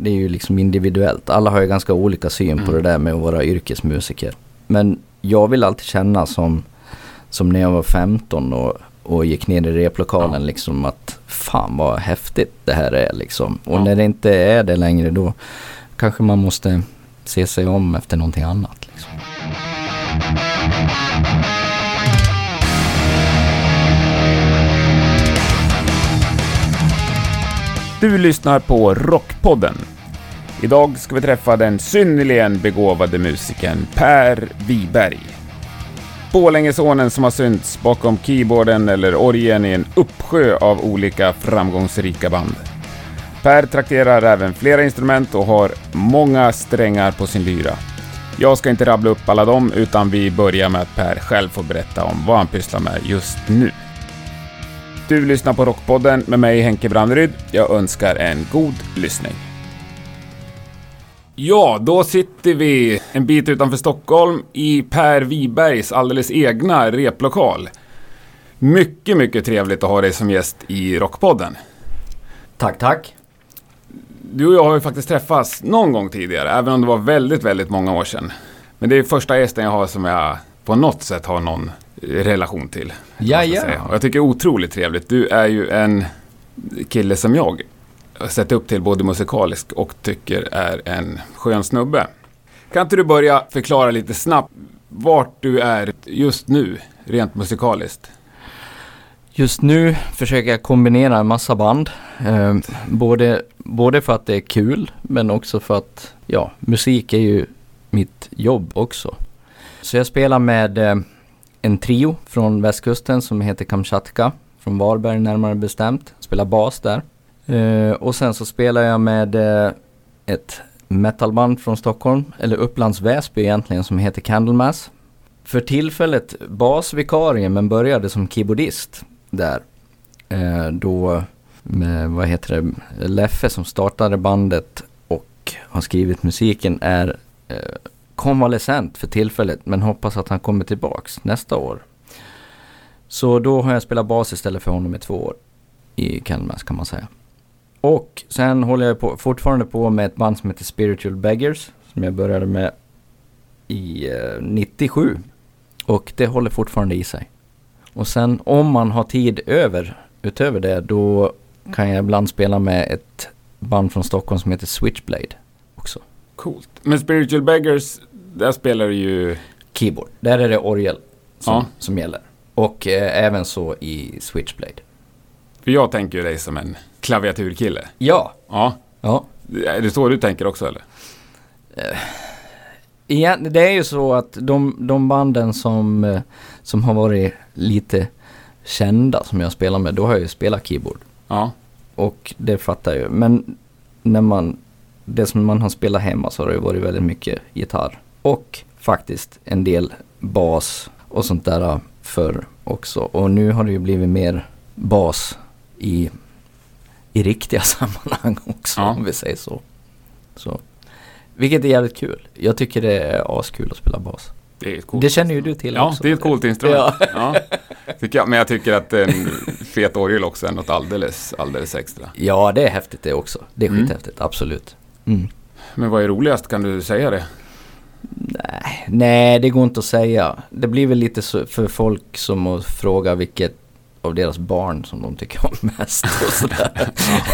det är ju liksom individuellt. Alla har ju ganska olika syn på det där med att vara yrkesmusiker. Men jag vill alltid känna som när jag var 15 och gick ner i replokalen liksom att fan vad häftigt det här är liksom. Och när det inte är det längre, då kanske man måste se sig om efter någonting annat liksom. Du lyssnar på Rockpodden. Idag ska vi träffa den synnerligen begåvade musikern Per Wiberg. Borlängesonen som har synts bakom keyboarden eller orgeln i en uppsjö av olika framgångsrika band. Per trakterar även flera instrument och har många strängar på sin lyra. Jag ska inte rabbla upp alla dem, utan vi börjar med att Per själv får berätta om vad han pysslar med just nu. Du lyssnar på Rockpodden med mig Henke Branneryd. Jag önskar en god lyssning. Ja, då sitter vi en bit utanför Stockholm i Per Wibergs alldeles egna replokal. Mycket, mycket trevligt att ha dig som gäst i Rockpodden. Tack. Du och jag har ju faktiskt träffats någon gång tidigare, även om det var väldigt, väldigt många år sedan. Men det är första gästen jag har som jag på något sätt har någon relation till. Ja. Och jag tycker det är otroligt trevligt. Du är ju en kille som jag har sett upp till både musikalisk och tycker är en skön snubbe. Kan inte du börja förklara lite snabbt vart du är just nu, rent musikaliskt? Just nu försöker jag kombinera en massa band. Både för att det är kul, men också för att musik är ju mitt jobb också. Så jag spelar med en trio från västkusten som heter Kamchatka, från Varberg närmare bestämt. Spelar bas där. Och sen så spelar jag med ett metalband från Stockholm, eller Upplands Väsby egentligen, som heter Candlemass. För tillfället basvikarie, men började som keyboardist där. Då med, Leffe som startade bandet och har skrivit musiken är konvalescent för tillfället, men hoppas att han kommer tillbaks nästa år. Så då har jag spelat bas istället för honom i 2 år i Candlemass, kan man säga. Och sen håller jag fortfarande på med ett band som heter Spiritual Beggars, som jag började med i 97. Och det håller fortfarande i sig. Och sen om man har tid utöver det, då kan jag ibland spela med ett band från Stockholm som heter Switchblade också. Coolt. Men Spiritual Beggars, där spelar du ju keyboard. Där är det orgel som gäller. Och även så i Switchblade. För jag tänker ju dig som en klaviaturkille. Ja. Är det så du tänker också, eller? Det är ju så att de banden som har varit lite kända som jag spelar med, då har jag ju spelat keyboard. Ja. Och det fattar jag ju. Men det som man har spelat hemma, så har det ju varit väldigt mycket gitarr. Och faktiskt en del bas och sånt där för också. Och nu har det ju blivit mer bas i riktiga sammanhang också, om vi säger så. Vilket är jävligt kul. Jag tycker det är askul att spela bas. Det känner ju du till också. Ja, det är ett coolt instrument. Ja. Men jag tycker att en fet orgel också är något alldeles extra. Ja, det är häftigt det också. Det är skithäftigt, absolut. Mm. Men vad är roligast, kan du säga det? Nej, det går inte att säga. Det blir väl lite så för folk som att fråga vilket av deras barn som de tycker om mest och sådär.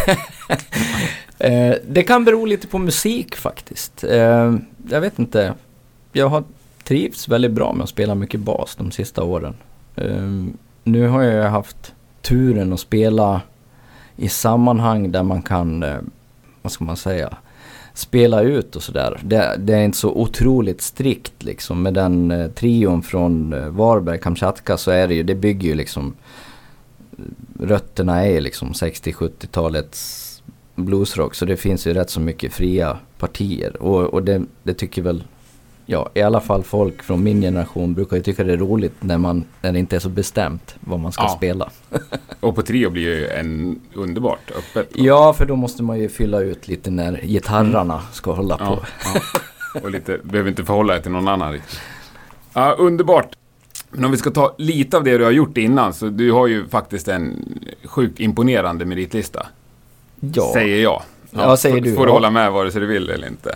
Det kan bero lite på musik faktiskt. Jag vet inte. Jag har trivts väldigt bra med att spela mycket bas de sista åren. Nu har jag haft turen att spela i sammanhang där man kan, vad ska man säga, spela ut och sådär. Det är inte så otroligt strikt liksom. Med den trion från Varberg, Kamchatka, så är det ju, det bygger ju liksom, rötterna är liksom 60-70-talets bluesrock, så det finns ju rätt så mycket fria partier. Och det tycker väl, i alla fall folk från min generation brukar ju tycka det är roligt när det inte är så bestämt vad man ska spela. Och på trio blir ju en underbart öppet. Ja, för då måste man ju fylla ut lite när gitarrarna ska hålla på. Ja. Och lite, behöver inte förhålla dig till någon annan riktigt. Ja, underbart. Men om vi ska ta lite av det du har gjort innan, så du har ju faktiskt en sjukt imponerande meritlista. Ja. Säger jag. Ja, säger du. Får du hålla med vare sig du vill eller inte.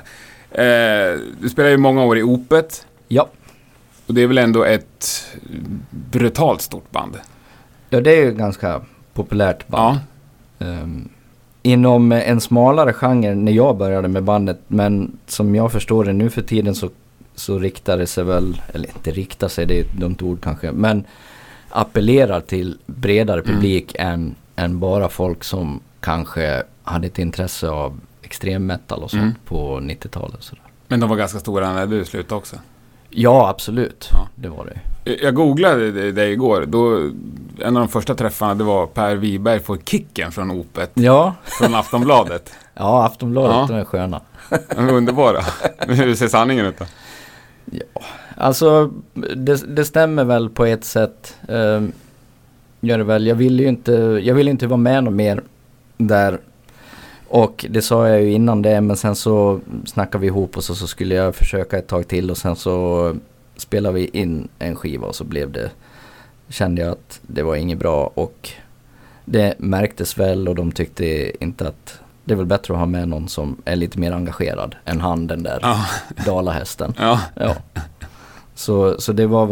Du spelar ju många år i Opet. Ja. Och det är väl ändå ett brutalt stort band. Ja, det är ju ganska populärt band. Ja. Inom en smalare genre när jag började med bandet, men som jag förstår det nu för tiden så riktar det sig väl, eller inte riktar sig, det är ett dumt ord kanske, men appellerar till bredare publik än bara folk som kanske hade ett intresse av extrem metal och sånt på 90-talet. Sådär. Men de var ganska stora när du slutade också? Ja, absolut. Ja. Det var det. Jag googlade det igår. Då, en av de första träffarna det var Per Wiberg får kicken från Opet. Ja. Från Aftonbladet. Ja, Aftonbladet, de är sköna. De är underbara. Men hur ser sanningen ut då? Ja, alltså det stämmer väl på ett sätt. Gör det väl. Jag vill inte vara med något mer där. Och det sa jag ju innan det, men sen så snackade vi ihop oss och så skulle jag försöka ett tag till och sen så spelade vi in en skiva och så kände jag att det var inget bra och det märktes väl och de tyckte inte att det är väl bättre att ha med någon som är lite mer engagerad än han, den där dalahästen. Ja. Så det var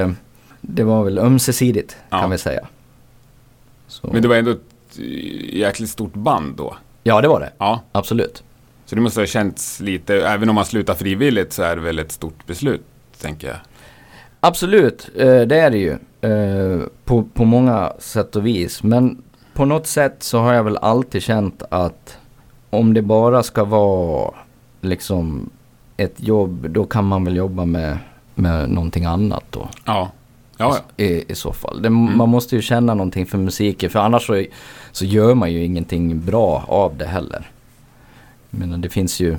väl ömsesidigt kan vi säga. Så. Men det var ändå ett jäkligt stort band då? Ja, det var det. Ja. Absolut. Så det måste ha känts lite, även om man slutar frivilligt så är det väl ett stort beslut, tänker jag. Absolut, det är det ju. På många sätt och vis. Men på något sätt så har jag väl alltid känt att om det bara ska vara liksom ett jobb, då kan man väl jobba med någonting annat då. Ja. I så fall. Man måste ju känna någonting för musiken, för annars så gör man ju ingenting bra av det heller. Men det finns ju,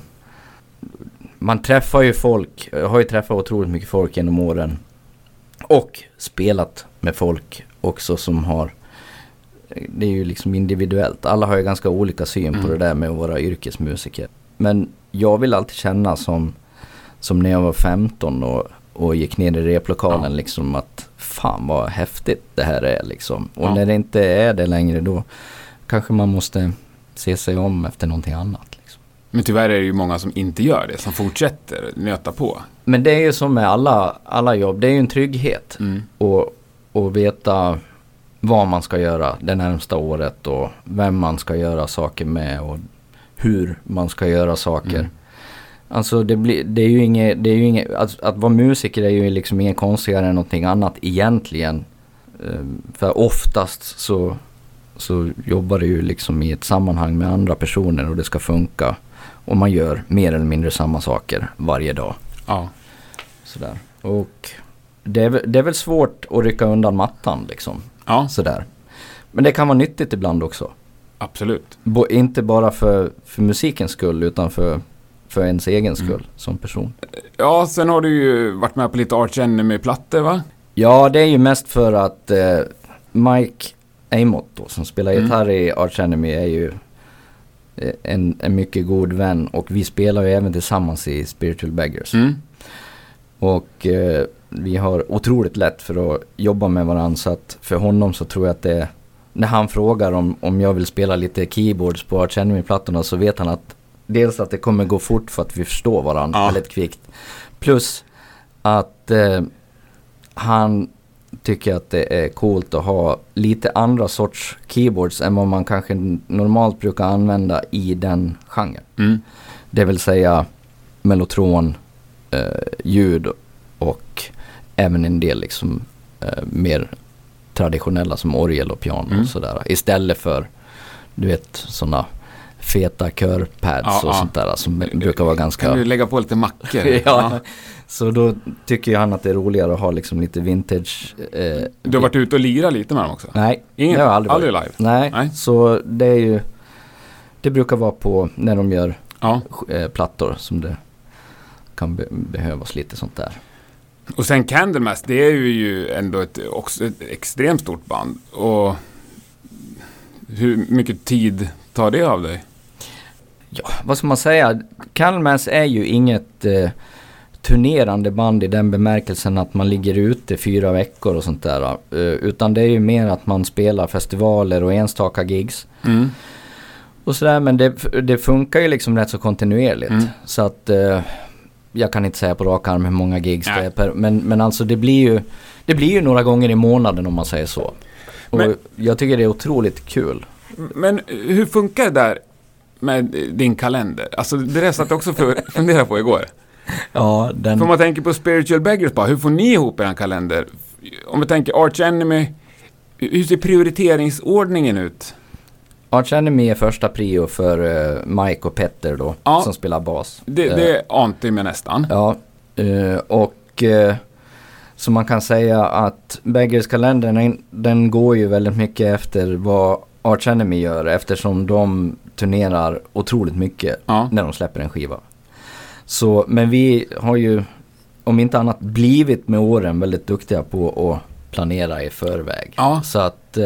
man träffar ju folk, jag har ju träffat otroligt mycket folk genom åren och spelat med folk också som har, det är ju liksom individuellt, alla har ju ganska olika syn på det där med att vara yrkesmusiker. Men jag vill alltid känna som när jag var 15 och gick ner i replokalen liksom att fan vad häftigt det här är liksom. Och när det inte är det längre då kanske man måste se sig om efter någonting annat liksom. Men tyvärr är det ju många som inte gör det, som fortsätter nöta på. Men det är ju som med alla jobb, det är ju en trygghet och veta vad man ska göra det närmsta året och vem man ska göra saker med och hur man ska göra saker. Alltså det är ju inget att vara musiker är ju liksom inget konstigare än någonting annat egentligen. För oftast så jobbar det ju liksom i ett sammanhang med andra personer och det ska funka. Och man gör mer eller mindre samma saker varje dag. Ja. Sådär. Och det är väl svårt att rycka undan mattan liksom. Ja. Sådär. Men det kan vara nyttigt ibland också. Absolut. Inte bara för musikens skull utan för ens egen skull som person. Ja, sen har du ju varit med på lite Arch Enemy-plattor, va? Ja, det är ju mest för att Mike Amott då, som spelar gitarr i Arch Enemy är ju en mycket god vän och vi spelar ju även tillsammans i Spiritual Beggars. Och vi har otroligt lätt för att jobba med varandra, så att för honom så tror jag att det, när han frågar om jag vill spela lite keyboards på Arch Enemy-plattorna så vet han att dels att det kommer gå fort för att vi förstår varandra väldigt kvickt. Plus att han tycker att det är coolt att ha lite andra sorts keyboards än vad man kanske normalt brukar använda i den genren. Det vill säga mellotron, ljud och även en del liksom mer traditionella som orgel och piano och sådär. Istället för, du vet, sådana feta körpads och sånt där som brukar vara ganska... Kan du lägga på lite mackor? Ja, så då tycker han att det är roligare att ha liksom lite vintage... Du har varit ute och lirat lite med dem också? Nej, det har jag aldrig live? Nej, så det är ju... Det brukar vara på när de gör plattor som det kan behövas lite sånt där. Och sen Candlemass, det är ju ändå också ett extremt stort band. Och hur mycket tid tar det av dig? Ja, vad ska man säga? Candlemass är ju inget turnerande band i den bemärkelsen att man ligger ute 4 veckor och sånt där. Utan det är ju mer att man spelar festivaler och enstaka gigs. och sådär, men det funkar ju liksom rätt så kontinuerligt. Så att jag kan inte säga på rak arm hur många gigs det är per, men alltså det blir ju några gånger i månaden om man säger så. Och jag tycker det är otroligt kul. Men hur funkar det där med din kalender? Alltså det är så att jag också fundera på igår. Ja, för man tänker på Spiritual Beggars bara, hur får ni ihop er kalender? Om vi tänker Arch Enemy, hur ser prioriteringsordningen ut? Arch Enemy är första prio för Mike och Petter då, som spelar bas. Det ante mig nästan. Ja, och så man kan säga att Beggars kalendern, den går ju väldigt mycket efter vad Arch Enemy gör, eftersom de turnerar otroligt mycket när de släpper en skiva. Så, men vi har ju, om inte annat, blivit med åren väldigt duktiga på att planera i förväg. Ja. Så att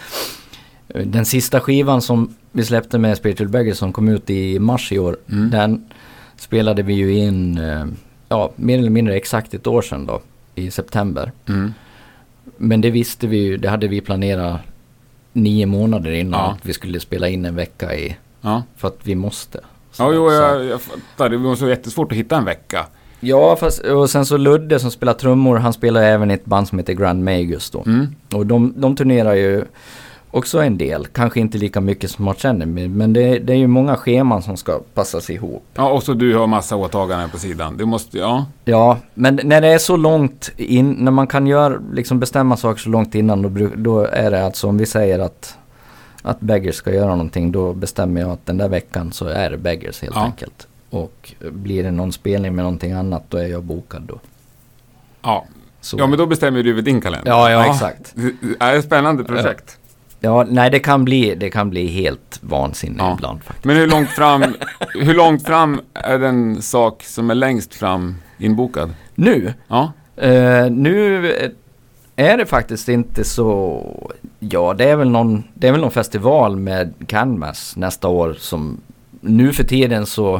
den sista skivan som vi släppte med Spiritual Beggars som kom ut i mars i år, den spelade vi ju in mer eller mindre exakt ett år sedan då, i september. Men det visste vi ju, det hade vi planerat 9 månader innan att vi skulle spela in en vecka i, för att vi måste. Jag fattar, det var så jättesvårt att hitta en vecka. Ja, och sen så Ludde som spelar trummor, han spelar även i ett band som heter Grand Magus då. Och de turnerar ju också en del, kanske inte lika mycket som man känner, men det är ju många scheman som ska passas ihop. Ja, och så du har massa åtaganden på sidan. Du måste, Ja, men när det är så långt in, när man kan bestämma saker så långt innan, då är det alltså, om vi säger att Beggars ska göra någonting, då bestämmer jag att den där veckan så är det Beggars helt enkelt. Och blir det någon spelning med någonting annat, då är jag bokad då. Ja, men då bestämmer du din kalender. Ja, exakt. Det är ett spännande projekt. Ja, nej, det kan bli helt vansinnigt ibland faktiskt. Men hur långt fram är den sak som är längst fram inbokad? Nu? Ja. Nu är det faktiskt inte så. Ja, det är väl någon festival med Canvas nästa år som nu för tiden så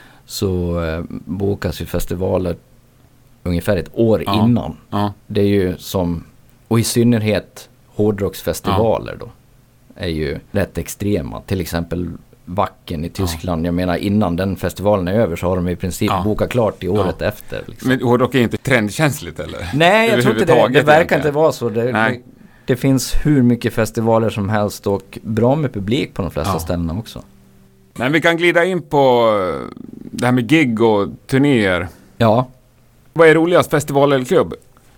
bokas ju festivaler ungefär ett år innan. Ja. Det är ju som, och i synnerhet hårdrocksfestivaler då är ju rätt extrema. Till exempel Wacken i Tyskland. Jag menar, innan den festivalen är över så har de i princip bokat klart i året efter. Liksom. Men hårdrock är inte trendkänsligt eller? Nej, jag tror inte det. Det verkar inte vara så. Det finns hur mycket festivaler som helst och bra med publik på de flesta ställena också. Men vi kan glida in på det här med gig och turnéer. Ja. Vad är roligast, festival eller klubb?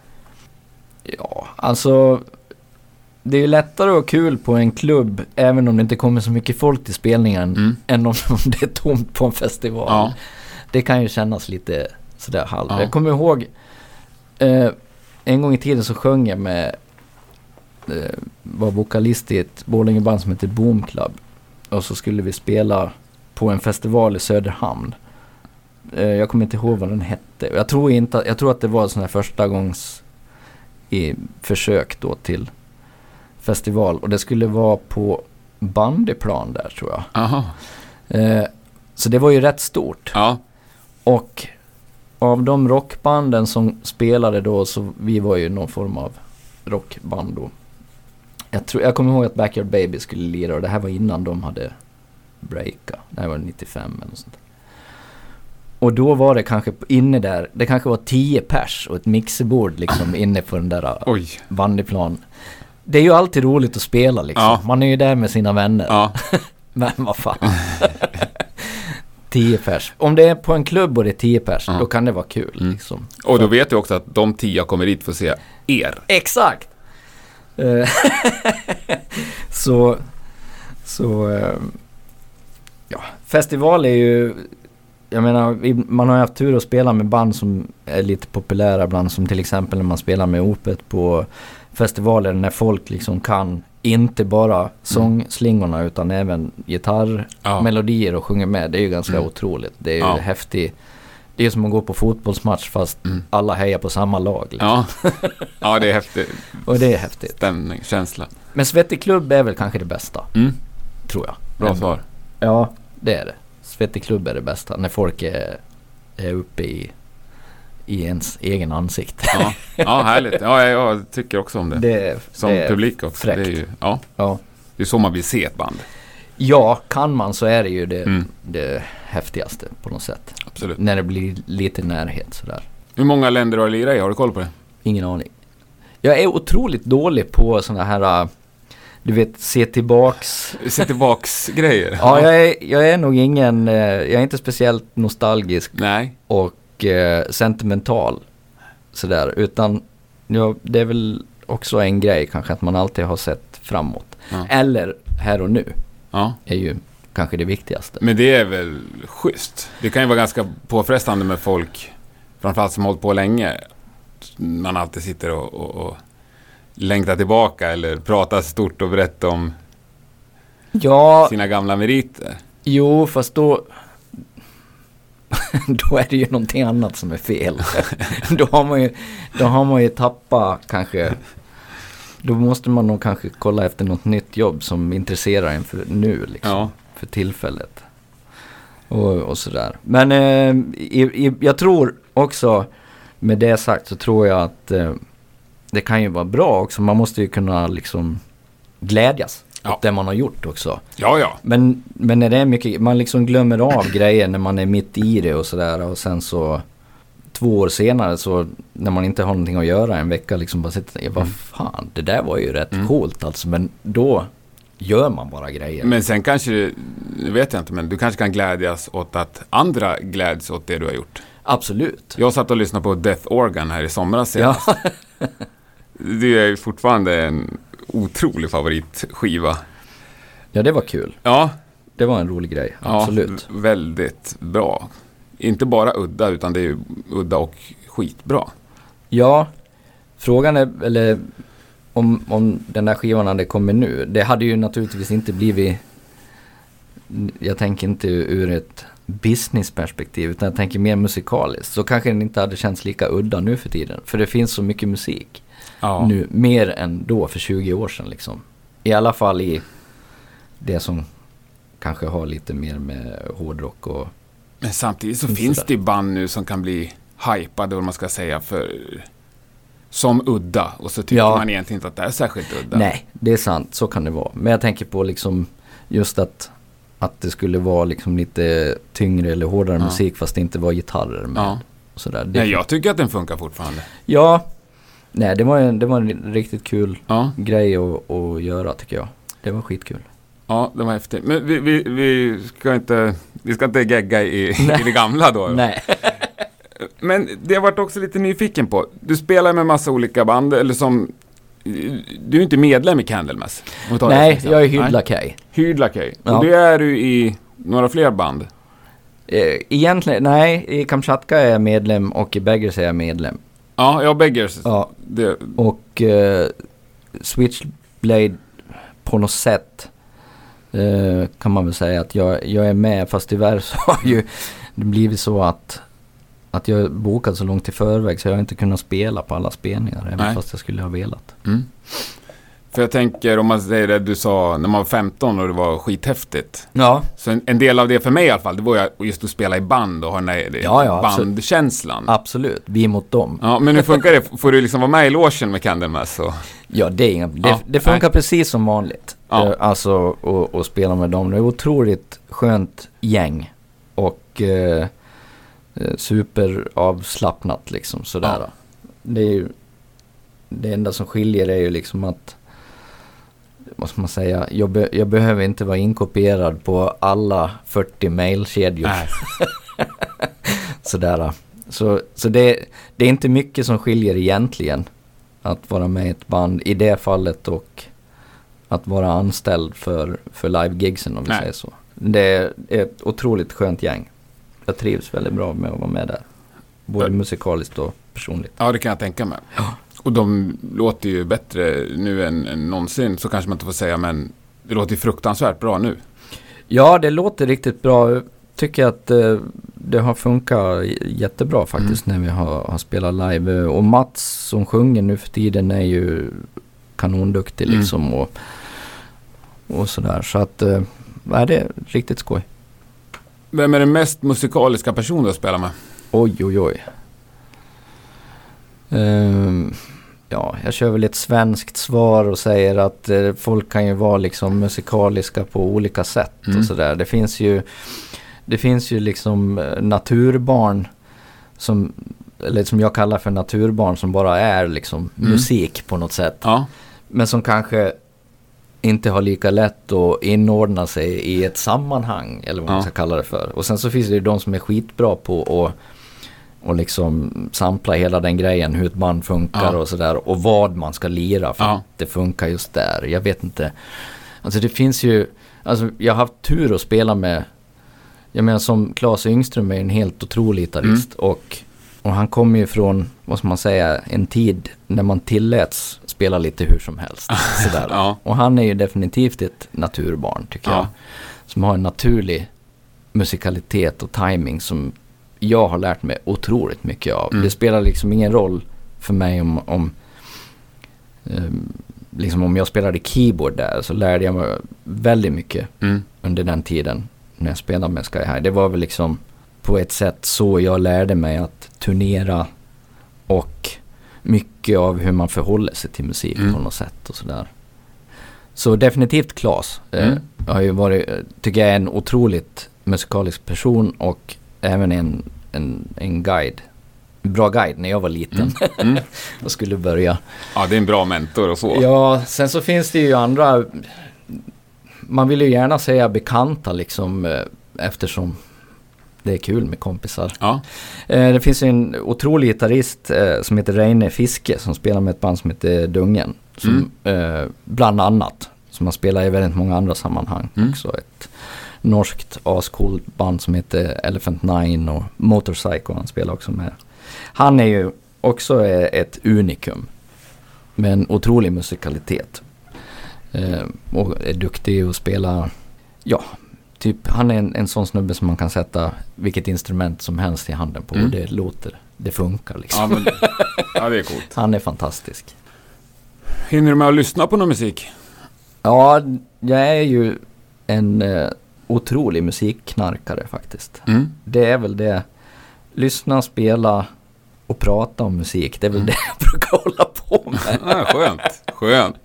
Ja, alltså det är ju lättare och kul på en klubb även om det inte kommer så mycket folk till spelningen än om det är tomt på en festival. Ja. Det kan ju kännas lite sådär halv. Ja. Jag kommer ihåg en gång i tiden så sjöng jag med var vokalist i ett Borlängeband som heter Boom Club. Och så skulle vi spela på en festival i Söderhamn. Jag kommer inte ihåg vad den hette. Jag tror att det var sån här första gångs i försök då till festival. Och det skulle vara på Bandyplan där, tror jag. Aha. Så det var ju rätt stort. Ja. Och av de rockbanden som spelade då, så vi var ju någon form av rockband då. Jag kommer ihåg att Backyard Baby skulle lira, och det här var innan de hade breakat. Det här var 95 eller något sånt. Och då var det kanske inne där, det kanske var 10 pers och ett mixerbord liksom inne på den där bandyplan. Det är ju alltid roligt att spela liksom. Ja. Man är ju där med sina vänner. Ja. Men vad fan. 10 pers. Om det är på en klubb och det är 10 pers, då kan det vara kul liksom. Och då vet du också att de 10 kommer dit för att se er. Exakt. Så festival är ju, jag menar, man har ju haft tur att spela med band som är lite populära ibland, som till exempel när man spelar med Opet på festivaler, när folk liksom kan inte bara sångslingorna utan även gitarrmelodier och sjunger med. Det är ju ganska otroligt. Det är ju häftigt. Det är som att gå på fotbollsmatch fast alla hejar på samma lag. Liksom. Ja, det är häftigt. Och det är häftigt. Stämning, känsla. Men Svettig klubb är väl kanske det bästa. Tror jag. Bra svar. Ja, det är det. Svettig klubb är det bästa. När folk är uppe i ens egen ansikt. Ja, härligt. Ja, jag tycker också om det. Som publik också. Fräckt. Det är ju, det är så man vill se ett band. Ja, kan man så är det ju det häftigaste på något sätt. Absolut. När det blir lite närhet sådär. Hur många länder har du lirat i? Har du koll på det? Ingen aning. Jag är otroligt dålig på såna här, du vet, se tillbaks grejer. Ja, jag är nog ingen, jag är inte speciellt nostalgisk. Nej. Och sentimental sådär, utan det är väl också en grej kanske att man alltid har sett framåt. Ja. Eller här och nu. Ja. Är ju kanske det viktigaste. Men det är väl schysst. Det kan ju vara ganska påfrestande med folk, framförallt som hållit på länge. Man alltid sitter och längtar tillbaka eller pratar stort och berättar om sina gamla meriter. Jo, fast då är det ju någonting annat som är fel. då har man ju tappat kanske. Då måste man nog kanske kolla efter något nytt jobb som intresserar en för nu liksom, för tillfället. Och sådär. Men jag tror också, med det sagt så tror jag att det kan ju vara bra också. Man måste ju kunna liksom glädjas åt det man har gjort också. Ja. Men när det är mycket, man liksom glömmer av grejer när man är mitt i det och sådär. Och sen så 2 år senare så när man inte har någonting att göra en vecka liksom bara sitter vad fan, det där var ju rätt coolt alltså. Men då gör man bara grejer. Men sen kanske, vet jag inte, men du kanske kan glädjas åt att andra gläds åt det du har gjort. Absolut. Jag satt och lyssnade på Death Organ här i somras. Ja. Det är fortfarande en otrolig favoritskiva. Ja, det var kul. Ja. Det var en rolig grej, absolut. Ja, väldigt bra. Inte bara udda, utan det är ju udda och skitbra. Ja, frågan är, eller om den där skivan hade kommit nu. Det hade ju naturligtvis inte blivit, jag tänker inte ur ett businessperspektiv, utan jag tänker mer musikaliskt. Så kanske den inte hade känts lika udda nu för tiden. För det finns så mycket musik nu, mer än då för 20 år sedan liksom. I alla fall i det som kanske har lite mer med hårdrock och... Men samtidigt så finns det band nu som kan bli hypade, vad man ska säga, som udda. Och så tycker man egentligen inte att det är särskilt udda. Nej, det är sant. Så kan det vara. Men jag tänker på liksom just att det skulle vara liksom lite tyngre eller hårdare musik fast det inte var gitarrer med. Och sådär. Nej, jag tycker att den funkar fortfarande. Ja, nej, det var en riktigt kul grej att göra tycker jag. Det var skitkul. Ja, det var häftigt. Men vi ska inte gegga i det gamla då. Nej. Men det har varit också lite nyfiken på. Du spelar med massa olika band, eller som... Du är inte medlem i Candlemass. Nej, jag är hydlakej. Hydlakej. Ja. Och det är du i några fler band? Egentligen, nej. I Kamchatka är jag medlem och i Beggars är jag medlem. Ja, Beggars. Ja. Och Switchblade på något sätt kan man väl säga att jag är med, fast tyvärr så har ju det blivit så att jag bokat så långt i förväg så jag har inte kunnat spela på alla spelningar även fast jag skulle ha velat. För jag tänker, om man säger det du sa när man var 15 och det var skithäftigt. Ja. Så en del av det för mig i alla fall, det var just att spela i band och ha den där bandkänslan. Absolut, vi mot dem. Ja, men hur funkar det? Får du liksom vara med i logen med Candlemass? Ja, det funkar precis som vanligt. Ja. Alltså att spela med dem. Det är otroligt skönt gäng och super avslappnat liksom sådär. Ja. Det är ju det enda som skiljer är ju liksom att, vad ska man säga, jag behöver inte vara inkopierad på alla 40 mailkedjor. Sådär. Så det är inte mycket som skiljer egentligen att vara med i ett band i det fallet och att vara anställd för live-gigsen, om vi säger så. Det är ett otroligt skönt gäng. Jag trivs väldigt bra med att vara med där. Både musikaliskt och personligt. Ja, det kan jag tänka mig. Ja. Och de låter ju bättre nu än någonsin, så kanske man inte får säga, men det låter ju fruktansvärt bra nu. Ja, det låter riktigt bra. Jag tycker att det har funkat jättebra faktiskt när vi har spelat live. Och Mats som sjunger nu för tiden är ju kanonduktig liksom och sådär. Så att det är riktigt skoj. Vem är den mest musikaliska personen att spela med? Oj. jag kör väl ett svenskt svar och säger att folk kan ju vara liksom musikaliska på olika sätt och sådär. Det finns ju liksom naturbarn som jag kallar för naturbarn som bara är liksom musik på något sätt. Ja. Men som kanske inte har lika lätt att inordna sig i ett sammanhang eller vad man ska kalla det för. Och sen så finns det ju de som är skitbra på och liksom sampla hela den grejen, hur ett band funkar och sådär, och vad man ska lira för att det funkar just där. Jag vet inte. Alltså det finns ju, alltså jag har haft tur att spela med, jag menar som Claes Yngström är en helt otrolig gitarrist och han kommer ju från, vad ska man säga, en tid när man tilläts spela lite hur som helst. Sådär. Och han är ju definitivt ett naturbarn tycker jag. Som har en naturlig musikalitet och timing som jag har lärt mig otroligt mycket av. Det spelar liksom ingen roll för mig om jag spelade keyboard där, så lärde jag mig väldigt mycket under den tiden när jag spelade med Sky High. Det var väl liksom på ett sätt så jag lärde mig att turnera och mycket av hur man förhåller sig till musik på något sätt och sådär. Så definitivt Claes har ju varit, tycker jag, är en otroligt musikalisk person och även en guide. Bra guide när jag var liten och skulle börja. Ja, det är en bra mentor och så. Ja, sen så finns det ju andra, man vill ju gärna säga bekanta liksom, eftersom det är kul med kompisar. Ja. Det finns en otrolig gitarrist som heter Reine Fiske som spelar med ett band som heter Dungen. Som, bland annat. Som har spelat i väldigt många andra sammanhang. Också ett norskt ascool band som heter Elephant Nine och Motorcycle han spelar också med. Han är ju också ett unikum med en otrolig musikalitet. Och är duktig att spela, typ, han är en sån snubbe som man kan sätta vilket instrument som helst i handen på och det funkar liksom. Ja, det är coolt. Han är fantastisk. Hinner du med att lyssna på någon musik? Ja, jag är ju en otrolig musikknarkare faktiskt. Det är väl det. Lyssna, spela och prata om musik. Det är väl det jag brukar hålla på med. Skönt.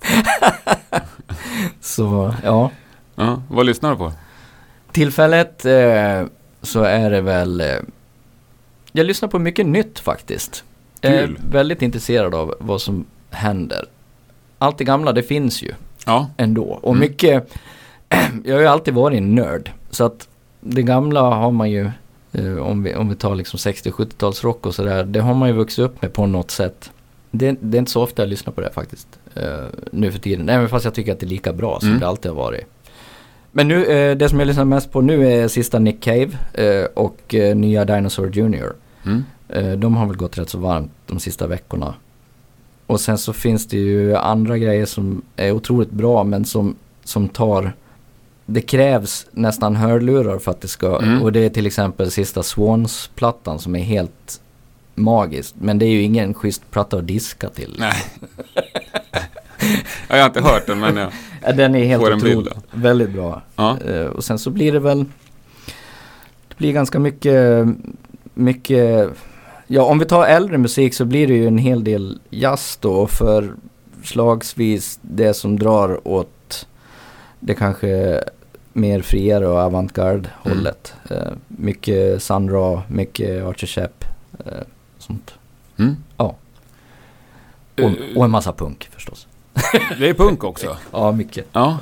Så, ja. Vad lyssnar du på? Tillfället så är det väl... jag lyssnar på mycket nytt faktiskt. Jag är väldigt intresserad av vad som händer. Allt det gamla, det finns ju ändå. Och mycket... jag har ju alltid varit en nörd. Så att det gamla har man ju... om vi tar liksom 60-70-talsrock och sådär. Det har man ju vuxit upp med på något sätt. Det är inte så ofta jag lyssnar på det faktiskt. Nu för tiden. Även fast jag tycker att det är lika bra som det alltid har varit. Men nu, det som jag lyssnar mest på nu är sista Nick Cave och nya Dinosaur Jr. De har väl gått rätt så varmt de sista veckorna. Och sen så finns det ju andra grejer som är otroligt bra men som tar... Det krävs nästan hörlurar för att det ska... Och det är till exempel sista Swans-plattan som är helt magisk. Men det är ju ingen schysst platta att diska till. Nej. Jag har inte hört den, men den är helt otrolig. Väldigt bra. Ja. Och sen så blir det väl... Det blir ganska mycket... Ja, om vi tar äldre musik så blir det ju en hel del jazz då. För slagsvis det som drar åt det kanske mer friare och avantgarde-hållet. Mycket Sun Ra, mycket Archer Shepp, sånt. Ja. Och en massa punk förstås. Det är punk också? Ja, mycket. Ja.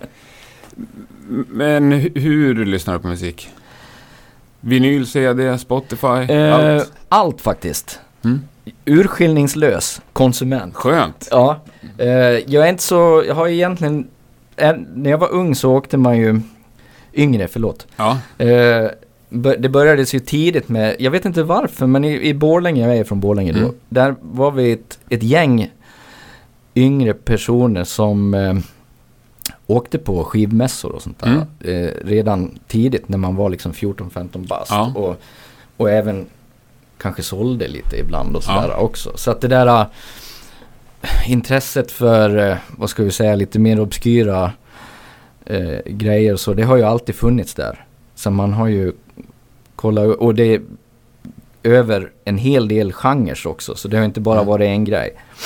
Men hur lyssnar du på musik? Vinyl, CD, Spotify, allt? Allt faktiskt. Urskiljningslös konsument. Skönt. Ja. Jag är inte så... Jag har egentligen... När jag var ung så åkte man ju... Yngre, förlåt. Ja. Det började ju tidigt med... Jag vet inte varför, men i Borlänge, jag är från Borlänge då. Där var vi ett gäng yngre personer som åkte på skivmässor och sånt där. Redan tidigt när man var liksom 14-15 bast. Ja. Och även kanske sålde lite ibland och sådär också. Så att det där intresset för, vad ska vi säga, lite mer obskyra grejer och så, det har ju alltid funnits där. Så man har ju kollat, och det är över en hel del genrer också. Så det har inte bara varit en grej.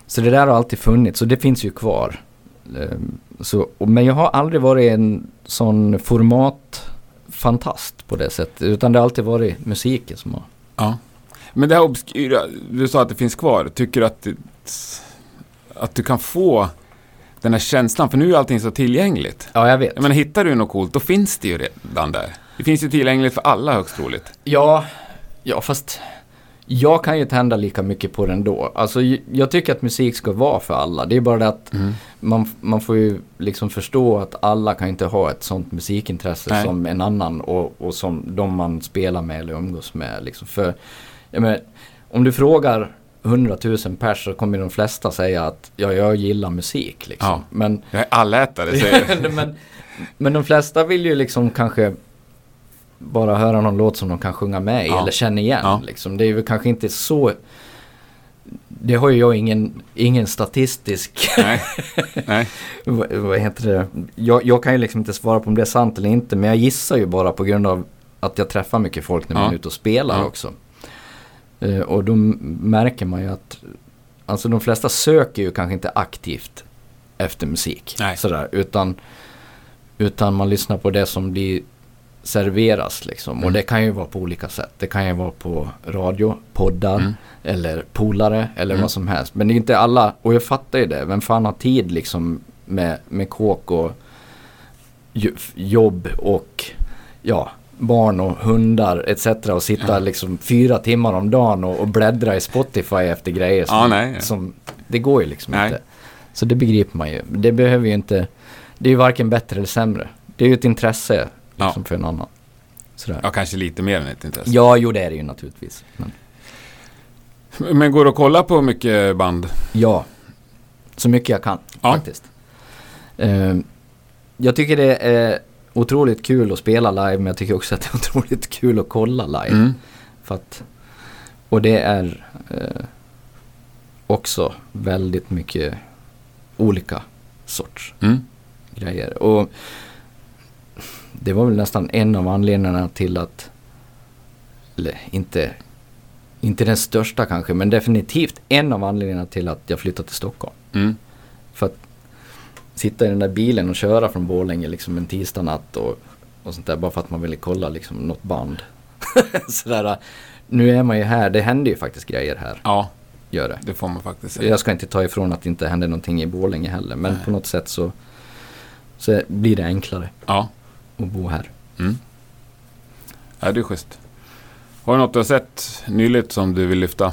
Så det där har alltid funnits, så det finns ju kvar. Men jag har aldrig varit en sån formatfantast på det sättet, utan det har alltid varit musiken som har... Ja. Men det här obskyra, du sa att det finns kvar. Tycker du att du kan få den här känslan? För nu är allting så tillgängligt. Ja, jag vet. Men hittar du något coolt, då finns det ju redan där. Det finns ju tillgängligt för alla, högst troligt. Ja, fast jag kan ju tända lika mycket på den då. Alltså, jag tycker att musik ska vara för alla. Det är bara det att man får ju liksom förstå att alla kan inte ha ett sånt musikintresse som en annan och som de man spelar med eller umgås med. Liksom. För jag menar, om du frågar 100 000 pers så kommer de flesta säga att jag gillar musik. Liksom. Ja. Men, jag är allätare, säger du. men de flesta vill ju liksom kanske bara höra någon låt som de kan sjunga med i eller känna igen. Ja. Liksom. Det är väl kanske inte så... Det har ju jag ingen statistisk... Nej. Vad heter det? Jag kan ju liksom inte svara på om det är sant eller inte, men jag gissar ju bara på grund av att jag träffar mycket folk när man är ute och spelar också. Och då märker man ju att alltså de flesta söker ju kanske inte aktivt efter musik. Sådär, utan man lyssnar på det som blir serveras liksom. Och det kan ju vara på olika sätt. Det kan ju vara på radio, poddar eller polare eller vad som helst. Men det är inte alla, och jag fattar ju det. Vem fan har tid liksom med kåk och jobb och barn och hundar etc. och sitta liksom 4 timmar om dagen och bläddra i Spotify efter grejer som det går ju liksom inte. Så det begriper man ju. Det behöver ju inte, det är ju varken bättre eller sämre. Det är ju ett intresse liksom för en annan. Sådär. Ja, kanske lite mer än ett intresse. Ja, jo det är det ju naturligtvis. Men går det att kolla på mycket band? Ja, så mycket jag kan faktiskt. Jag tycker det är otroligt kul att spela live, men jag tycker också att det är otroligt kul att kolla live. Och det är också väldigt mycket olika sorts grejer. Och det var väl nästan en av anledningarna till att, eller inte den största kanske, men definitivt en av anledningarna till att jag flyttade till Stockholm. För att sitta i den där bilen och köra från Borlänge liksom en tisdag natt och sånt där, bara för att man ville kolla liksom något band. Sådär, nu är man ju här, det händer ju faktiskt grejer här. Ja, gör det. Det får man faktiskt säga. Jag ska inte ta ifrån att det inte händer någonting i Borlänge heller, men på något sätt så blir det enklare att bo här. Ja, det är schysst. Har du något du har sett nyligt som du vill lyfta?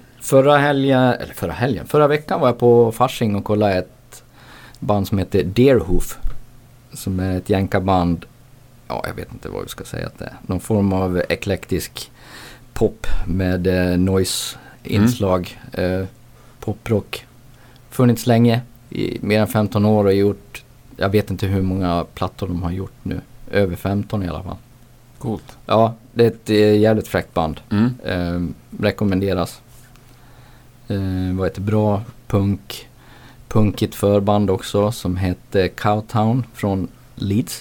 Förra veckan var jag på Fasching och kollade ett band som heter Deerhoof, som är ett jänka-band. Ja, jag vet inte vad vi ska säga att det är. Någon form av eklektisk pop med noise-inslag. Poprock. Funnits länge, i mer än 15 år och gjort, jag vet inte hur många plattor de har gjort nu. Över 15 i alla fall. Coolt. Ja, det är ett jävligt fräckt band. Rekommenderas. Vad heter bra punkigt förband också som heter Cowtown från Leeds.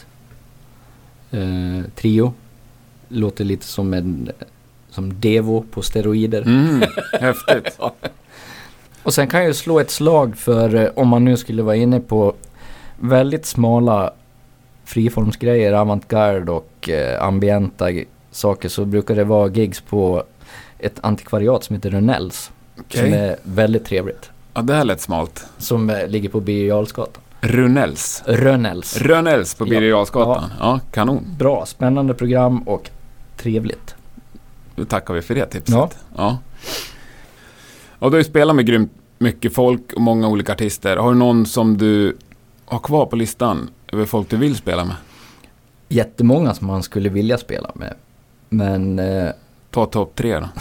Trio. Låter lite som Devo på steroider. Häftigt. Ja. Och sen kan jag ju slå ett slag för om man nu skulle vara inne på väldigt smala friformsgrejer, avantgarde och ambienta saker, så brukar det vara gigs på ett antikvariat som heter Rönnells. Som är väldigt trevligt. Ja, det här lät smalt. Som ligger på Birger Jarlsgatan. Rönnells på Birger Jarlsgatan. Ja, kanon. Bra, spännande program och trevligt. Då tackar vi för det tipset. Ja. Och du spelar med grymt mycket folk och många olika artister. Har du någon som du har kvar på listan över folk du vill spela med? Jättemånga som man skulle vilja spela med. Men... Ta topp 3 då.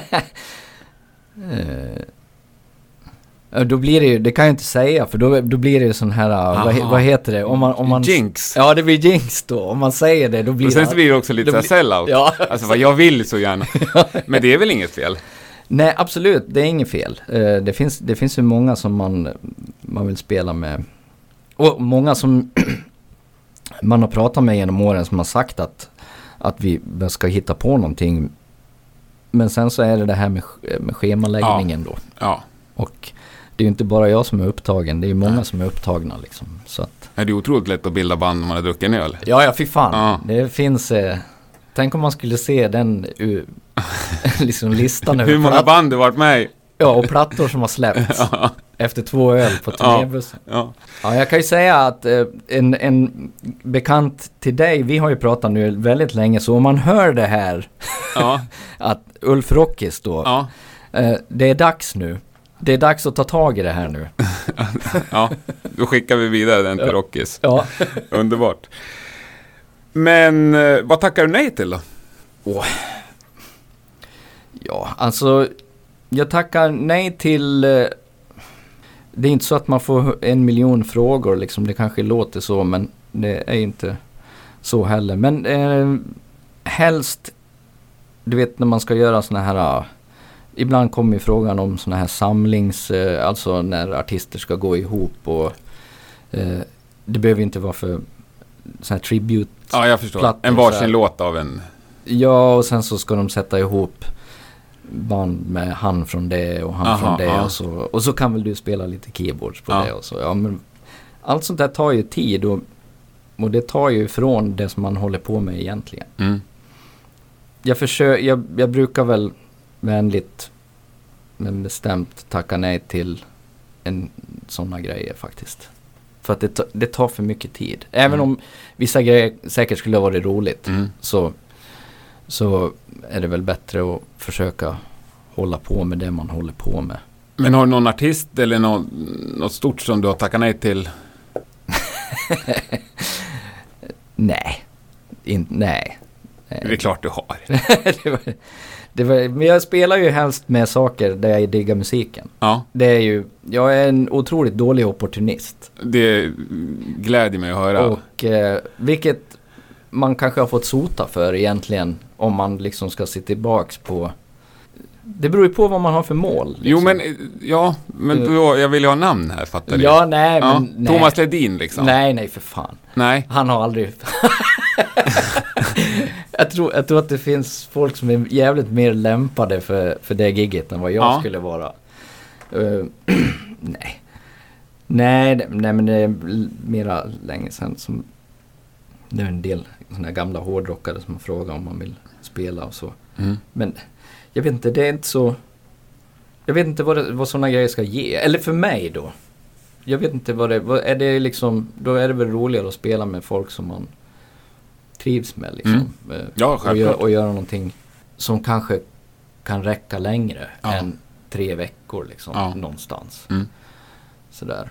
Då blir det ju, det kan jag inte säga, för då blir det ju sån här, vad heter det? Om man jinx. Ja, det blir jinx då. Om man säger det, då blir och sen så blir det också lite så här sellout. Ja. Alltså vad jag vill så gärna. Men det är väl inget fel? Nej, absolut, det är inget fel. Det finns ju många som man vill spela med. Och många som man har pratat med genom åren som har sagt att vi ska hitta på någonting. Men sen så är det här med schemaläggningen då. Ja. Och det är ju inte bara jag som är upptagen, det är många som är upptagna liksom. Så att... Är det otroligt lätt att bilda band om man har druckit en öl? Ja, fy fan. Ja. Det finns... tänk om man skulle se den liksom listan över hur många band du varit med i? Ja, och plattor som har släppts efter 2 öl på turnébussen. Ja, jag kan ju säga att en bekant till dig, vi har ju pratat nu väldigt länge, så om man hör det här att Ulf Rockis då, det är dags nu. Det är dags att ta tag i det här nu. Ja, då skickar vi vidare den till Rockis. Ja. Underbart. Men vad tackar du nej till då? Ja, alltså jag tackar nej till... det är inte så att man får 1 miljon frågor liksom, det kanske låter så, men det är inte så heller. Men helst, du vet när man ska göra såna här... ibland kommer ju frågan om såna här alltså när artister ska gå ihop och det behöver inte vara för sån här tribute. Ja, jag förstår. En varsin låt av en... Ja, och sen så ska de sätta ihop band med han från det och han från det och så kan väl du spela lite keyboards på det och så. Ja, men allt sånt där tar ju tid och det tar ju ifrån det som man håller på med egentligen. Mm. Jag brukar väl vänligt men bestämt tacka nej till sådana grejer faktiskt. För att det tar för mycket tid. Även om vissa grejer säkert skulle ha varit roligt så är det väl bättre att försöka hålla på med det man håller på med. Men har du någon artist eller något stort som du har tackat nej till? Nej. Nej. Det är klart du har. Men jag spelar ju helst med saker där jag diggar musiken. Ja. Jag är en otroligt dålig opportunist. Det gläder mig att höra. Och vilket man kanske har fått sota för egentligen om man liksom ska se tillbaks på... Det beror ju på vad man har för mål. Liksom. Jo, men då, jag vill ju ha namn här, fattar du? Ja, nej, men... Nej. Thomas Ledin liksom. Nej, för fan. Nej. Han har aldrig... jag tror att det finns folk som är jävligt mer lämpade för det gigget än vad jag skulle vara. Nej, men det är mera länge sedan som... Det är en del såna här gamla hårdrockare som frågar om man vill spela och så. Mm. Men jag vet inte, det är inte så... Jag vet inte vad såna grejer ska ge. Eller för mig då. Jag vet inte vad är det liksom... Då är det väl roligare att spela med folk som man trivs med liksom. Ja, självklart. Och göra någonting som kanske kan räcka längre än 3 veckor liksom, någonstans. Mm. Sådär.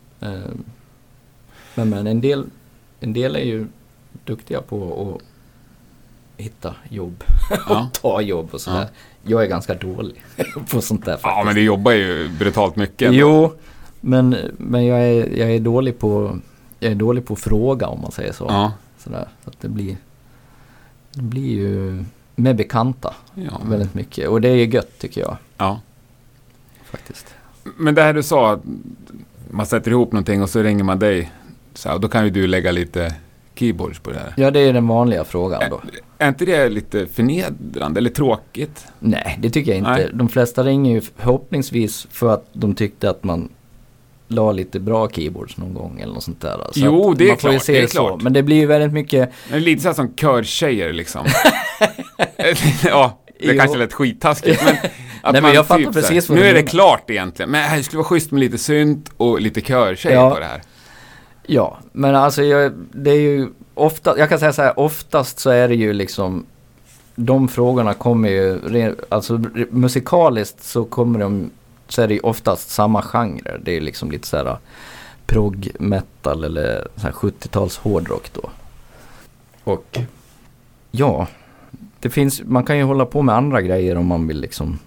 Men en del är ju duktiga på att hitta jobb och ta jobb och sådär. Jag är ganska dålig på sånt där faktiskt. Ja, men det jobbar ju brutalt mycket. Jo, men jag är dålig på att fråga, om man säger så. Ja. Sådär. Så att det blir ju med bekanta väldigt mycket. Och det är ju gött, tycker jag. Ja. Faktiskt. Men det här du sa, att man sätter ihop någonting och så ringer man dig. Så då kan ju du lägga lite keyboards på det här. Ja, det är den vanliga frågan då. Är inte det lite förnedrande eller tråkigt? Nej, det tycker jag inte. Nej. De flesta ringer ju förhoppningsvis för att de tyckte att man la lite bra keyboards någon gång eller något sånt där. Så jo, det är man får klart. se det är så. klart. Men det blir ju väldigt mycket... Det är lite så här som körtjejer liksom. Ja, det kanske lät skittaskigt. Men att nej, men jag fattar precis vad nu är det klart egentligen. Men det skulle vara schysst med lite synt och lite körtjejer på det här. Ja, men alltså det är ju ofta, jag kan säga så här, oftast så är det ju liksom, de frågorna kommer ju, alltså musikaliskt så är det ju oftast samma genre. Det är liksom lite så här prog metal eller så här 70-tals hårdrock då. Och ja, det finns, man kan ju hålla på med andra grejer om man vill liksom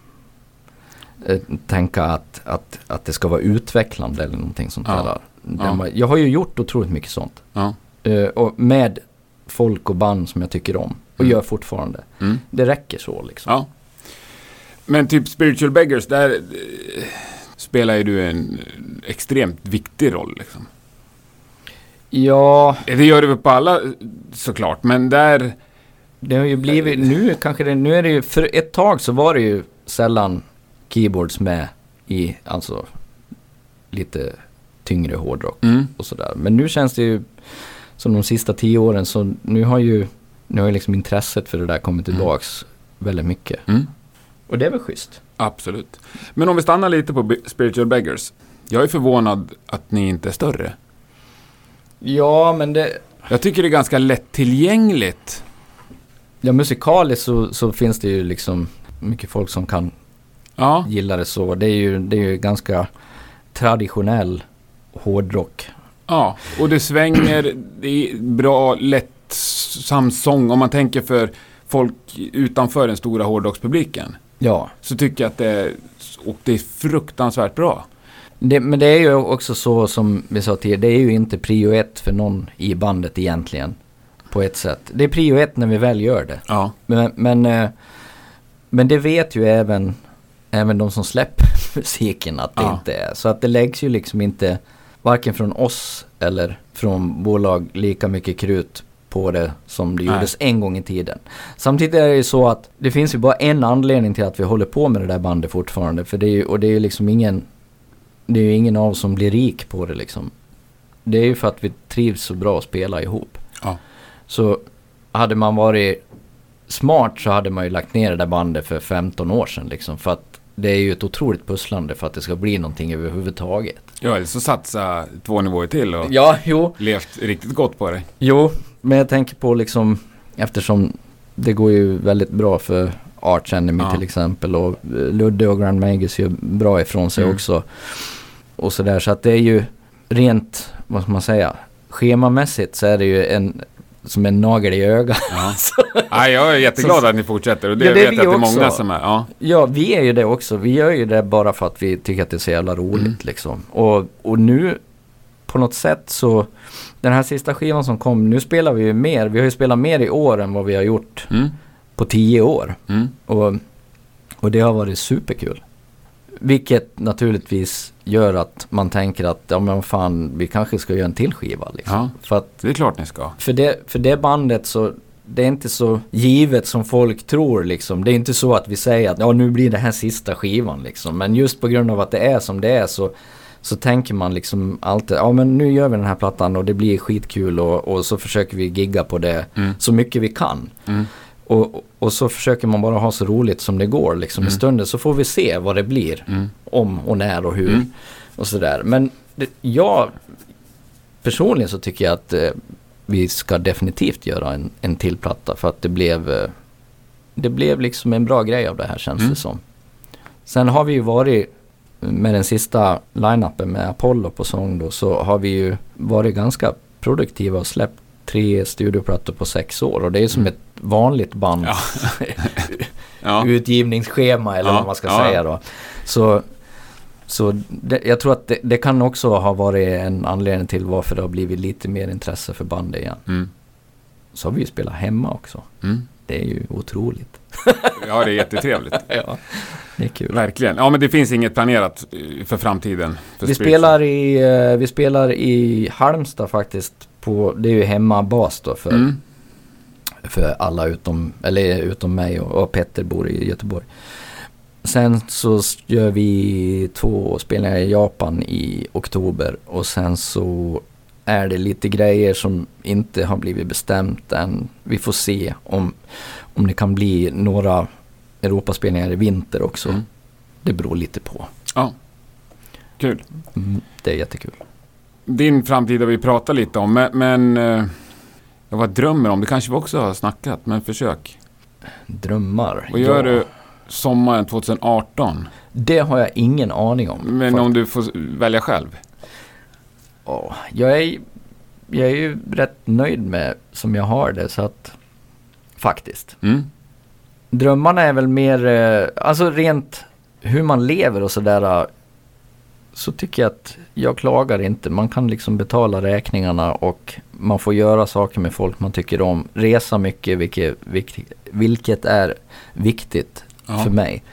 tänka att det ska vara utvecklande eller någonting sånt där. Jag har ju gjort otroligt mycket sånt. Och med folk och band som jag tycker om. Och gör fortfarande. Det räcker så liksom. Ja. Men typ Spiritual Beggars, där spelar ju du en extremt viktig roll liksom. Ja. Det gör du väl på alla såklart, men där... Det har ju blivit, nu är det ju, för ett tag så var det ju sällan keyboards med i, alltså lite tyngre hårdrock och sådär. Men nu känns det ju som de sista 10 åren, så nu har ju liksom intresset för det där kommit tillbaks väldigt mycket. Och det är väl schysst. Absolut. Men om vi stannar lite på Spiritual Beggars. Jag är förvånad att ni inte är större. Ja, men det... Jag tycker det är ganska lättillgängligt. Ja, musikaliskt så finns det ju liksom mycket folk som kan gilla det så. Det är ju ganska traditionell hårdrock. Ja, och det svänger, det är bra, lättsam sång. Om man tänker för folk utanför den stora hårdrockspubliken. Ja. Så tycker jag att det är fruktansvärt bra. Men det är ju också så som vi sa tidigare, det är ju inte prio 1 för någon i bandet egentligen. På ett sätt. Det är prio 1 när vi väl gör det. Ja. Men det vet ju även de som släpper musiken att det inte är. Så att det läggs ju liksom inte varken från oss eller från bolag lika mycket krut på det som det gjordes en gång i tiden. Samtidigt är det ju så att det finns ju bara en anledning till att vi håller på med det där bandet fortfarande. För det är ju liksom ingen av oss som blir rik på det liksom. Det är ju för att vi trivs så bra att spela ihop. Ja. Så hade man varit smart så hade man ju lagt ner det där bandet för 15 år sedan liksom. För att det är ju ett otroligt pusslande för att det ska bli någonting överhuvudtaget. Ja, eller så satsa 2 nivåer till och levt riktigt gott på det. Jo, men jag tänker på liksom, eftersom det går ju väldigt bra för Arch Enemy till exempel, och Ludde och Grand Magus gör bra ifrån sig också. Och sådär, så att det är ju rent, vad ska man säga, schemamässigt så är det ju som en nagel i ögat. Ja. Jag är jätteglad att ni fortsätter, och det vet jag att det är många som är. Ja, vi är ju det också. Vi gör ju det bara för att vi tycker att det är så jävla roligt liksom. Och nu på något sätt så, den här sista skivan som kom, nu spelar vi ju mer. Vi har ju spelat mer i år än vad vi har gjort på 10 år. Och det har varit superkul. Vilket naturligtvis gör att man tänker att ja, men fan, vi kanske ska göra en till skiva liksom. Ja, för att, det är klart ni ska. För det bandet så, det är inte så givet som folk tror liksom. Det är inte så att vi säger att ja, nu blir det här sista skivan liksom. Men just på grund av att det är som det är så tänker man liksom alltid, ja men nu gör vi den här plattan och det blir skitkul och så försöker vi gigga på det så mycket vi kan. Och så försöker man bara ha så roligt som det går liksom i stunden, så får vi se vad det blir om och när och hur och sådär. Men jag personligen så tycker jag att vi ska definitivt göra en till platta, för att det blev liksom en bra grej av det här, känns det som. Sen har vi ju varit med den sista line-upen med Apollo på sång då, så har vi ju varit ganska produktiva och släppt 3 studioplattor på 6 år, och det är som ett vanligt band utgivningsschema eller vad man ska säga då. Så jag tror att det kan också ha varit en anledning till varför det har blivit lite mer intresse för bandet igen. Så har vi ju spelat hemma också. Det är ju otroligt. Ja, det är jättetrevligt. Ja, det är kul. Verkligen. Ja, men det finns inget planerat för framtiden. För vi spelar i Halmstad faktiskt. Det är ju hemmabas då för alla utom mig och Petter bor i Göteborg. Sen så gör vi 2 spelningar i Japan i oktober, och sen så är det lite grejer som inte har blivit bestämt än. Vi får se om det kan bli några Europaspelningar i vinter också. Det beror lite på. Ja, kul. Det är jättekul. Din framtid har vi pratat lite om, men jag var drömmer om, det kanske vi också har snackat, men försök. Drömmar? Vad gör du sommaren 2018? Det har jag ingen aning om. Men om du får välja själv? Jag är ju rätt nöjd med som jag har det, så att faktiskt. Drömmarna är väl mer, alltså rent hur man lever och sådär, så tycker jag att jag klagar inte. Man kan liksom betala räkningarna och man får göra saker med folk man tycker om. Resa mycket, vilket är viktigt för mig.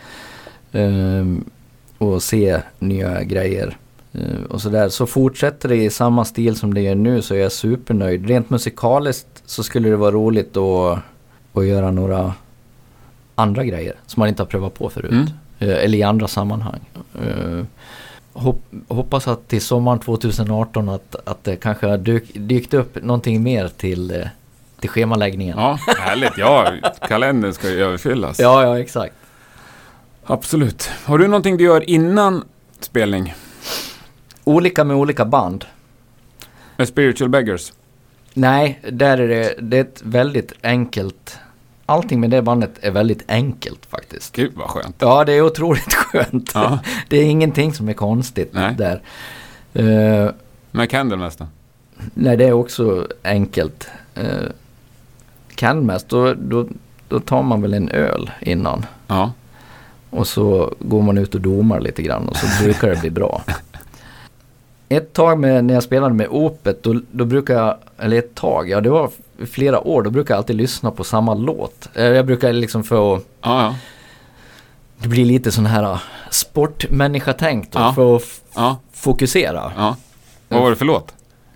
Och se nya grejer och sådär. Så fortsätter det i samma stil som det gör nu, så är jag supernöjd. Rent musikaliskt så skulle det vara roligt att göra några andra grejer som man inte har prövat på förut. Eller i andra sammanhang. hoppas att till sommaren 2018 att det kanske har dykt upp någonting mer till schemaläggningen. Ja, härligt. Ja, kalendern ska ju överfyllas. Ja, exakt. Absolut. Har du någonting du gör innan spelning? Olika med olika band. Med Spiritual Beggars? Nej, där är det är ett väldigt enkelt... Allting med det bandet är väldigt enkelt faktiskt. Gud vad skönt. Ja, det är otroligt skönt. Ja. Det är ingenting som är konstigt där. Med Candlemass då? Nej, det är också enkelt. Candlemass, då tar man väl en öl innan. Ja. Och så går man ut och domar lite grann och så brukar det bli bra. Ett tag när jag spelade med Opet, då brukar jag, eller ett tag, ja det var flera år, då brukar jag alltid lyssna på samma låt. Jag brukar liksom få... Ja. Det blir lite sån här sportmänniska tänkt då, för att fokusera. Ja. Vad var det för låt?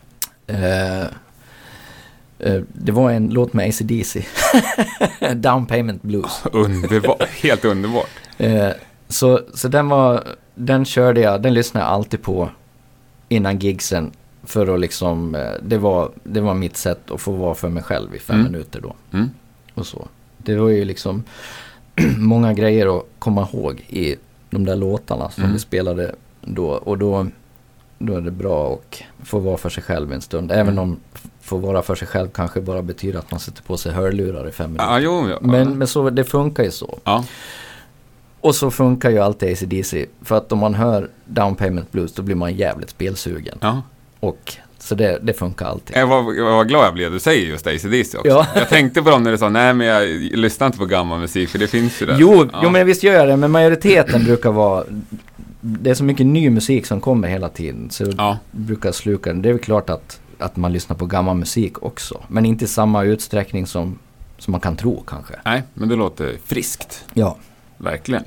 Det var en låt med AC/DC. Down Payment Blues. Helt underbart. Så den körde jag, den lyssnade jag alltid på innan gigsen för att liksom, det var mitt sätt att få vara för mig själv i 5 minuter då. Och så. Det var ju liksom många grejer att komma ihåg i de där låtarna som vi spelade då. Och då är det bra att få vara för sig själv en stund. Även om få vara för sig själv kanske bara betyder att man sätter på sig hörlurar i 5 minuter. Ja. Men så, det funkar ju så. Ja. Och så funkar ju alltid AC/DC. För att om man hör Down Payment Blues då blir man jävligt spelsugen. Ja. Och så det funkar alltid. Jag var glad jag blev. Du säger just AC/DC också. Ja. Jag tänkte på dem när du sa nej men jag lyssnar inte på gammal musik för det finns ju där. Jo men visst gör jag det. Men majoriteten brukar vara... Det är så mycket ny musik som kommer hela tiden. Så jag brukar sluka den. Det är väl klart att man lyssnar på gammal musik också. Men inte i samma utsträckning som man kan tro kanske. Nej, men det låter friskt. Ja. Verkligen.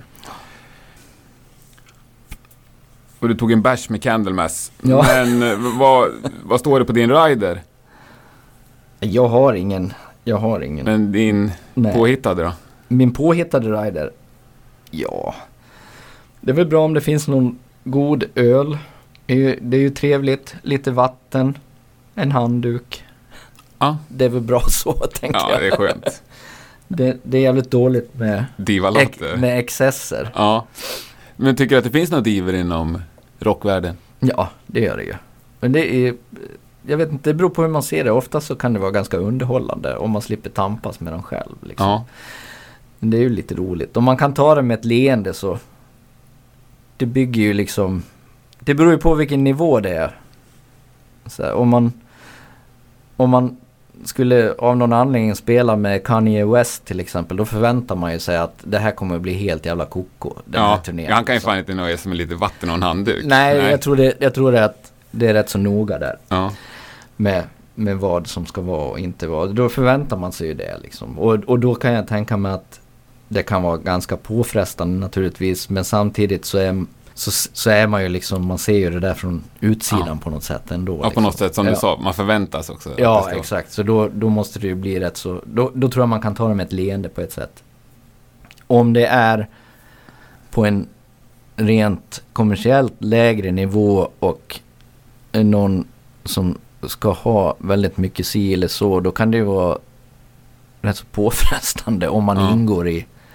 Och du tog en bash med Candlemass. Ja. Men vad står det på din rider? Jag har ingen. Men din påhittade då? Min påhittade rider? Ja. Det är väl bra om det finns någon god öl. Det är ju trevligt. Lite vatten. En handduk. Ja. Det är väl bra så, tänker jag. Ja, det är skönt. Det är jävligt dåligt med excesser. Ja. Men tycker du att det finns några diver inom rockvärlden? Ja, det gör det ju. Men det är... Jag vet inte, det beror på hur man ser det. Ofta så kan det vara ganska underhållande om man slipper tampas med dem själv. Liksom. Ja. Men det är ju lite roligt. Om man kan ta det med ett leende så... Det bygger ju liksom... Det beror ju på vilken nivå det är. Så här, om man skulle av någon anledning spela med Kanye West till exempel, då förväntar man ju sig att det här kommer att bli helt jävla koko, den här turnén. Han kan ju fan inte nöja sig med lite vatten och en handduk. Nej. Jag tror att det är rätt så noga där. Ja. Med vad som ska vara och inte vara. Då förväntar man sig ju det liksom. Och då kan jag tänka mig att det kan vara ganska påfrestande naturligtvis, men samtidigt så är man ju liksom, man ser ju det där från utsidan på något sätt ändå. Ja, liksom. på något sätt som du sa, man förväntas också. Ja, exakt. Så då måste det ju bli rätt så, då tror jag man kan ta det med ett leende på ett sätt. Om det är på en rent kommersiellt lägre nivå och någon som ska ha väldigt mycket si eller så, då kan det ju vara rätt så påfrestande om man ingår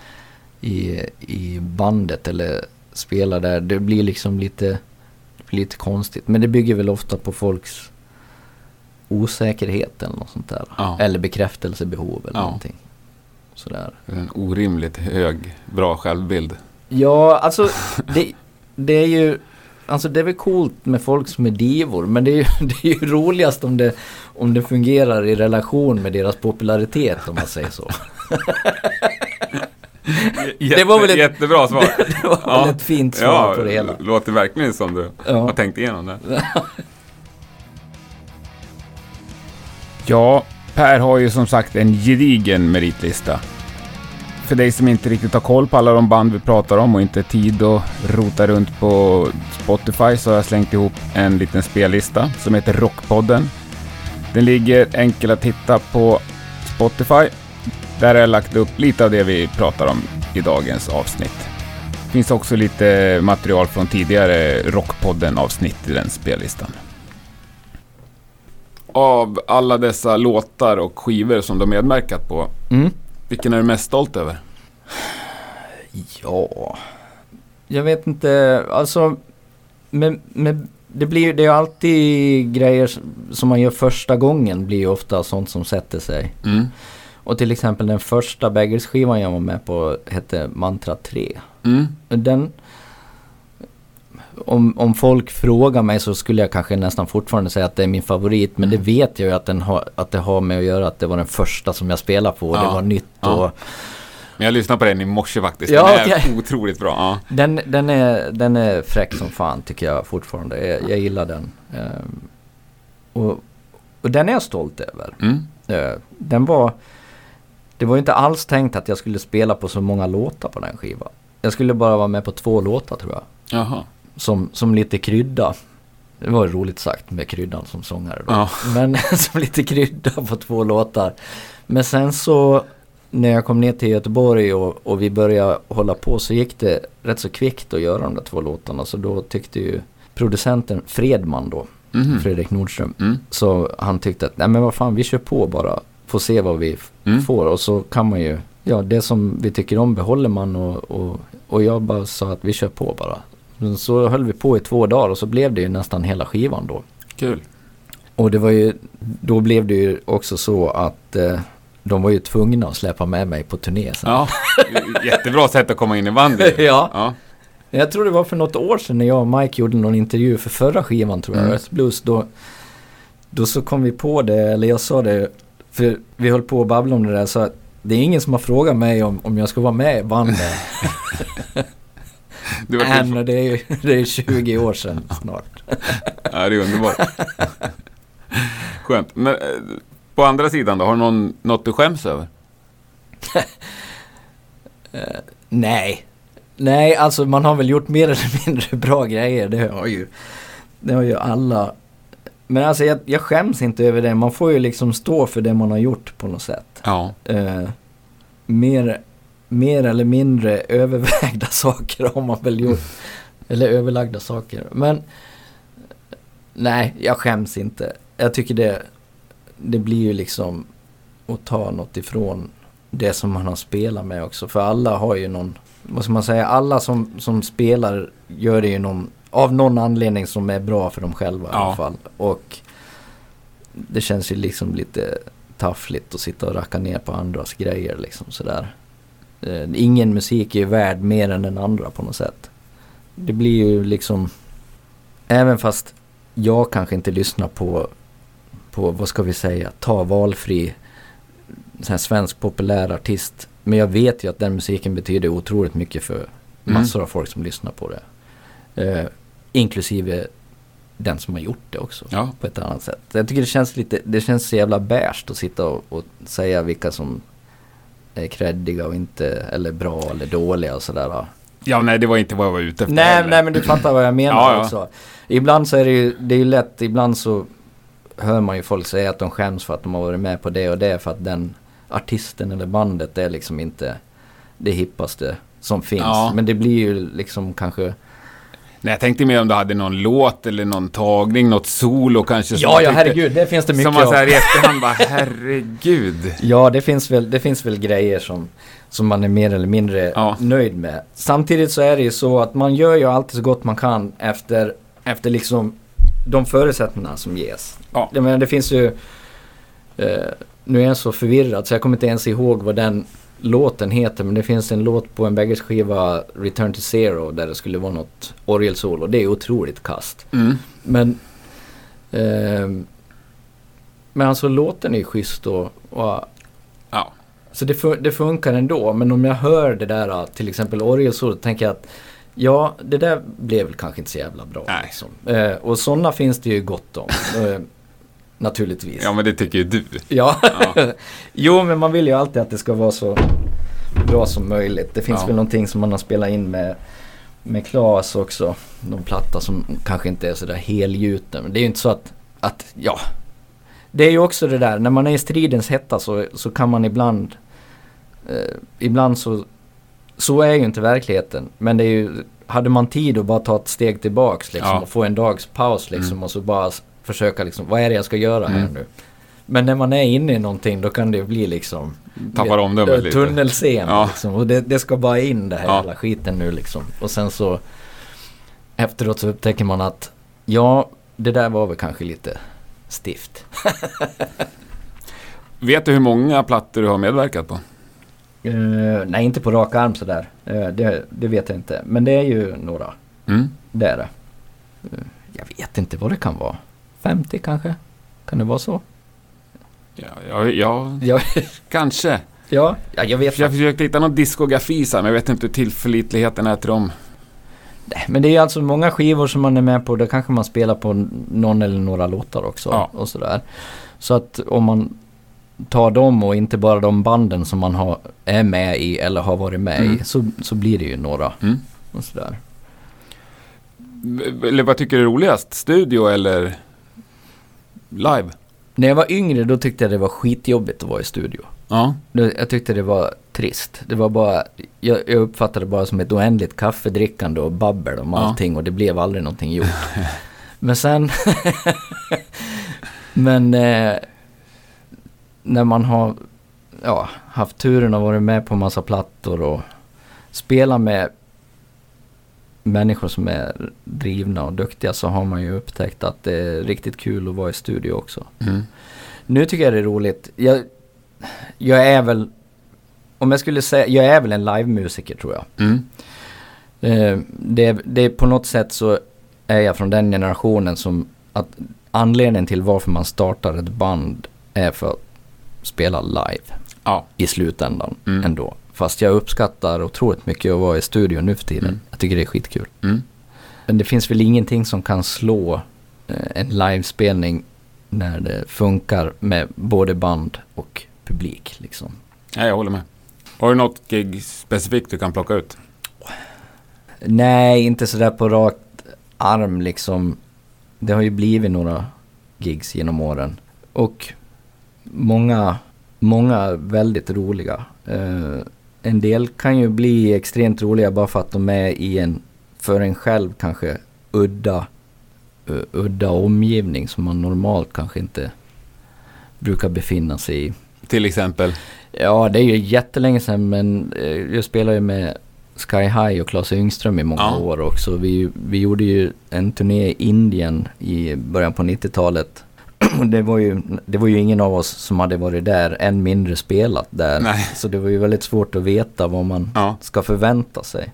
i bandet eller spelar där. Det blir liksom lite konstigt. Men det bygger väl ofta på folks osäkerhet eller något sånt där. Ja. Eller bekräftelsebehov eller någonting. Sådär. En orimligt hög, bra självbild. Ja, alltså det är ju... Alltså det är väl coolt med folk som är divor, men det är ju roligast om det fungerar i relation med deras popularitet, om man säger så. Det var väl jättebra svar. Det var väl ett fint svar på det hela. Det låter verkligen som du har tänkt igenom det. Ja, Per har ju som sagt en gedigen meritlista. För dig som inte riktigt har koll på alla de band vi pratar om och inte tid att rota runt på Spotify, så har jag slängt ihop en liten spellista som heter Rockpodden. Den ligger enkel att hitta på Spotify. Där har jag lagt upp lite av det vi pratar om i dagens avsnitt. Finns också lite material från tidigare Rockpodden-avsnitt i den spellistan. Av alla dessa låtar och skivor som du har medverkat på, vilken är du mest stolt över? Ja, jag vet inte, alltså det är ju alltid grejer som man gör första gången blir ju ofta sånt som sätter sig. Och till exempel den första Beggars-skivan jag var med på hette Mantra 3. Den, om folk frågar mig så skulle jag kanske nästan fortfarande säga att det är min favorit, men det vet jag ju att det har med att göra att det var den första som jag spelade på och det var nytt och... Men jag lyssnade på den i morse faktiskt. Den är otroligt bra. Ja. Den är fräck som fan tycker jag fortfarande. Jag gillar den. Och den är jag stolt över. Det var ju inte alls tänkt att jag skulle spela på så många låtar på den skivan. Jag skulle bara vara med på 2 låtar tror jag. Jaha. Som lite krydda. Det var roligt sagt med kryddan som sångare då. Ja. Men som lite krydda på 2 låtar. Men sen så när jag kom ner till Göteborg och vi började hålla på så gick det rätt så kvickt att göra de där 2 låtarna. Så då tyckte ju producenten Fredman då, Fredrik Nordström, så han tyckte att nej men vad fan, vi kör på bara. Får se vad vi får och så kan man ju, det som vi tycker om behåller man och jag bara sa att vi kör på bara. Så höll vi på i 2 dagar och så blev det ju nästan hela skivan då. Kul. Och då blev det ju också så att de var ju tvungna att släppa med mig på turné sen. Ja, jättebra sätt att komma in i bandet. Ja. Jag tror det var för något år sedan när jag och Mike gjorde någon intervju för förra skivan tror jag, Rest Blues, då så kom vi på det, eller jag sa det, för vi höll på att babbla om det där, så att det är ingen som har frågat mig om jag ska vara med i bandet. Det är 20 år sedan snart. Ja, det är underbart. Skönt. Men på andra sidan då, har du något du skäms över? Nej, alltså man har väl gjort mer eller mindre bra grejer. Det har ju alla. Men alltså jag skäms inte över det. Man får ju liksom stå för det man har gjort på något sätt. Ja. Mer eller mindre övervägda saker har man väl gjort. Eller överlagda saker. Men nej, jag skäms inte. Jag tycker det blir ju liksom att ta något ifrån det som man har spelat med också. För alla har ju någon, vad ska man säga, alla som spelar gör det ju av någon anledning som är bra för dem själva i alla fall. Och det känns ju liksom lite taffligt att sitta och racka ner på andras grejer liksom sådär. Ingen musik är ju värd mer än den andra på något sätt. Det blir ju liksom, även fast jag kanske inte lyssnar på vad ska vi säga, ta valfri sån här svensk populär artist, men jag vet ju att den musiken betyder otroligt mycket för massor av folk som lyssnar på det. Inklusive den som har gjort det också på ett annat sätt. Jag tycker det känns så jävla bärst att sitta och säga vilka som är kreddiga och inte, eller bra eller dåliga och sådär. Ja, nej, det var inte vad jag var ute efter. Nej, men du fattar vad jag menar också. Ibland så är det är ju lätt, ibland så hör man ju folk säga att de skäms för att de har varit med på det och det, för att den artisten eller bandet är liksom inte det hippaste som finns. Ja. Men det blir ju liksom kanske... Nej, jag tänkte mer om du hade någon låt eller någon tagning, något solo kanske. Ja, herregud, det finns det mycket. Som man så här i efterhand bara, herregud. Ja, det finns väl grejer som man är mer eller mindre nöjd med. Samtidigt så är det ju så att man gör ju alltid så gott man kan efter liksom de förutsättningarna som ges. Ja. Det finns ju nu är jag så förvirrad så jag kommer inte ens ihåg vad den låten heter, men det finns en låt på en Beggars skiva, Return to Zero, där det skulle vara något orgelsolo. Det är otroligt kast. Men alltså låten är schysst och så det funkar ändå. Men om jag hör det där till exempel orgelsolo, tänker jag att det där blev väl kanske inte så jävla bra. Liksom. Och sådana finns det ju gott om. Naturligtvis. Ja, men det tycker ju du. Ja. Jo, men man vill ju alltid att det ska vara så bra som möjligt. Det finns väl någonting som man har spelat in med Claes också. Någon platta som kanske inte är så där helgjuten. Men det är ju inte så att det är ju också det där. När man är i stridens hetta så kan man ibland så är ju inte verkligheten. Men det är ju, hade man tid att bara ta ett steg tillbaks liksom, och få en dags paus liksom, och så bara försöka liksom, vad är det jag ska göra här nu? Men när man är inne i någonting, då kan det bli liksom tappar om det lite. Tunnelscen liksom, och det ska bara in det här hela skiten nu liksom. Och sen så efteråt så upptäcker man att det där var väl kanske lite stift. Vet du hur många plattor du har medverkat på? Nej, inte på rak arm sådär. Det vet jag inte. Men det är ju några. Det är det. Jag vet inte vad det kan vara. 50 kanske? Kan det vara så? Ja, kanske. Ja, jag vet. Jag försökte hitta någon diskografi men jag vet inte hur tillförlitligheten är till dem. Men det är alltså många skivor som man är med på. Där kanske man spelar på någon eller några låtar också. Och sådär. Så att om man tar dem och inte bara de banden som man är med i eller har varit med i, så blir det ju några. Och sådär. Eller vad tycker du är roligast? Studio eller live? När jag var yngre då tyckte jag det var skitjobbigt att vara i studio. Ja. Jag tyckte det var trist. Det var bara, jag uppfattade det bara som ett oändligt kaffedrickande och babbel om allting, och det blev aldrig någonting gjort. Men sen när man har haft turen att vara med på massa plattor och spela med människor som är drivna och duktiga, så har man ju upptäckt att det är riktigt kul att vara i studio också. Nu tycker jag det är roligt. Jag är väl, om jag skulle säga, jag är väl en livemusiker tror jag. Det är på något sätt så är jag från den generationen som att anledningen till varför man startar ett band är för att spela live i slutändan ändå. Fast jag uppskattar otroligt mycket att vara i studion nu för tiden. Jag tycker det är skitkul. Men det finns väl ingenting som kan slå en livespelning när det funkar med både band och publik liksom. Ja, jag håller med. Har du något gig specifikt du kan plocka ut? Nej, inte sådär på rakt arm liksom. Det har ju blivit några gigs genom åren. Och många väldigt roliga. En del kan ju bli extremt roliga bara för att de är i en, för en själv kanske udda omgivning som man normalt kanske inte brukar befinna sig i. Till exempel? Ja, det är ju jättelänge sedan, men jag spelar ju med Sky High och Claes Yngström i många år också. Vi gjorde ju en turné i Indien i början på 90-talet. Det var ju ingen av oss som hade varit där, än mindre spelat där. Nej. Så det var ju väldigt svårt att veta vad man ska förvänta sig.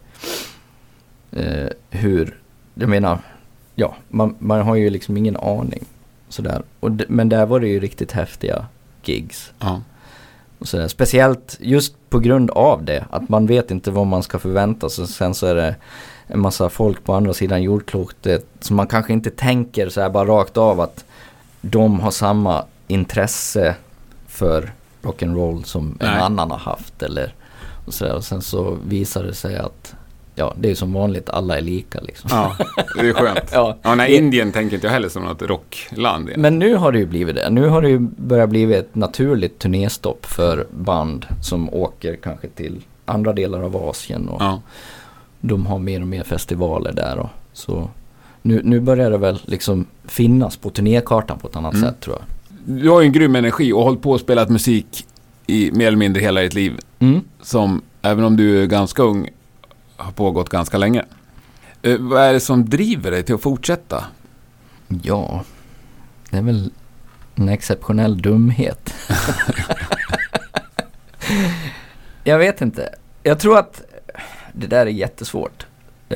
Jag menar, man har ju liksom ingen aning. Sådär. Men där var det ju riktigt häftiga gigs. Och sådär. Speciellt just på grund av det, att man vet inte vad man ska förvänta sig. Sen så är det en massa folk på andra sidan jordklotet som man kanske inte tänker så här bara rakt av att de har samma intresse för rock'n'roll som en annan har haft. Och sen så visar det sig att det är som vanligt, alla är lika liksom. Ja, det är skönt. Indien tänker inte jag heller som något rockland. Men nu har det ju blivit det. Nu har det ju börjat bli ett naturligt turnéstopp för band som åker kanske till andra delar av Asien. Och de har mer och mer festivaler där. Och så nu börjar det väl liksom finnas på turnékartan på ett annat sätt tror jag. Du har ju en grym energi och hållit på att spela musik i mer eller mindre hela ditt liv. Som, även om du är ganska ung, har pågått ganska länge. Vad är det som driver dig till att fortsätta? Ja, det är väl en exceptionell dumhet. Jag vet inte. Jag tror att det där är jättesvårt.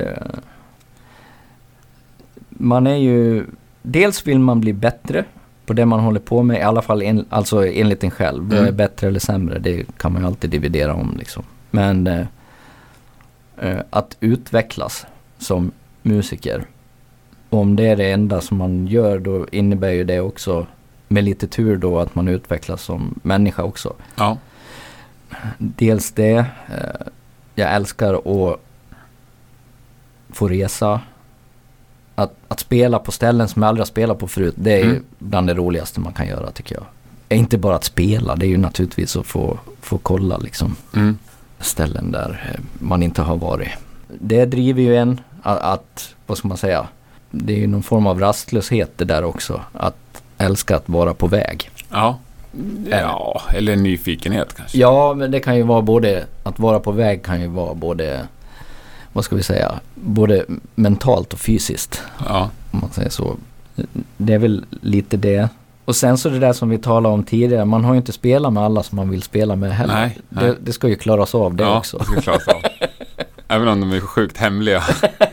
Man är ju... Dels vill man bli bättre på det man håller på med. I alla fall alltså enligt en själv. Vad är bättre eller sämre? Det kan man ju alltid dividera om liksom. Men... att utvecklas som musiker. Om det är det enda som man gör, då innebär ju det också med lite tur då att man utvecklas som människa också. Ja. Dels det. Jag älskar att få resa. Att spela på ställen som jag aldrig har spelat på förut, det är ju bland det roligaste man kan göra tycker jag. Inte bara att spela, det är ju naturligtvis att få kolla liksom. ställen där man inte har varit. Det driver ju en att vad ska man säga, det är ju någon form av rastlöshet det där också, att älska att vara på väg. Ja, eller nyfikenhet kanske. Ja, men det kan ju vara både, att vara på väg kan ju vara både, vad ska vi säga, både mentalt och fysiskt. Ja. Om man säger så. Det är väl lite det. Och sen så det där som vi talade om tidigare, man har ju inte spelat med alla som man vill spela med heller. Nej. Det ska ju klaras av det också. Ja, det ska klaras av. Även om de är sjukt hemliga.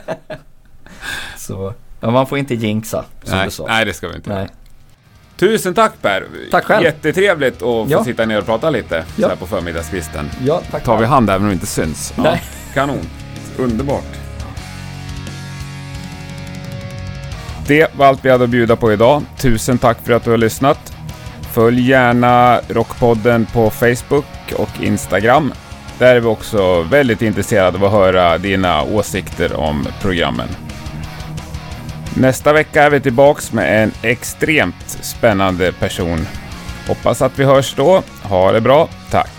Så, ja, man får inte jinxa, som du sa. Nej, det ska vi inte. Nej. Tusen tack Per. Tack själv. Jättetrevligt att få sitta ner och prata lite så här på förmiddagskvisten. Ja, tack. Tar vi hand även om det inte syns. Ja, nej. Kanon. Underbart. Det var allt vi hade att bjuda på idag. Tusen tack för att du har lyssnat. Följ gärna Rockpodden på Facebook och Instagram. Där är vi också väldigt intresserade av att höra dina åsikter om programmen. Nästa vecka är vi tillbaks med en extremt spännande person. Hoppas att vi hörs då. Ha det bra. Tack.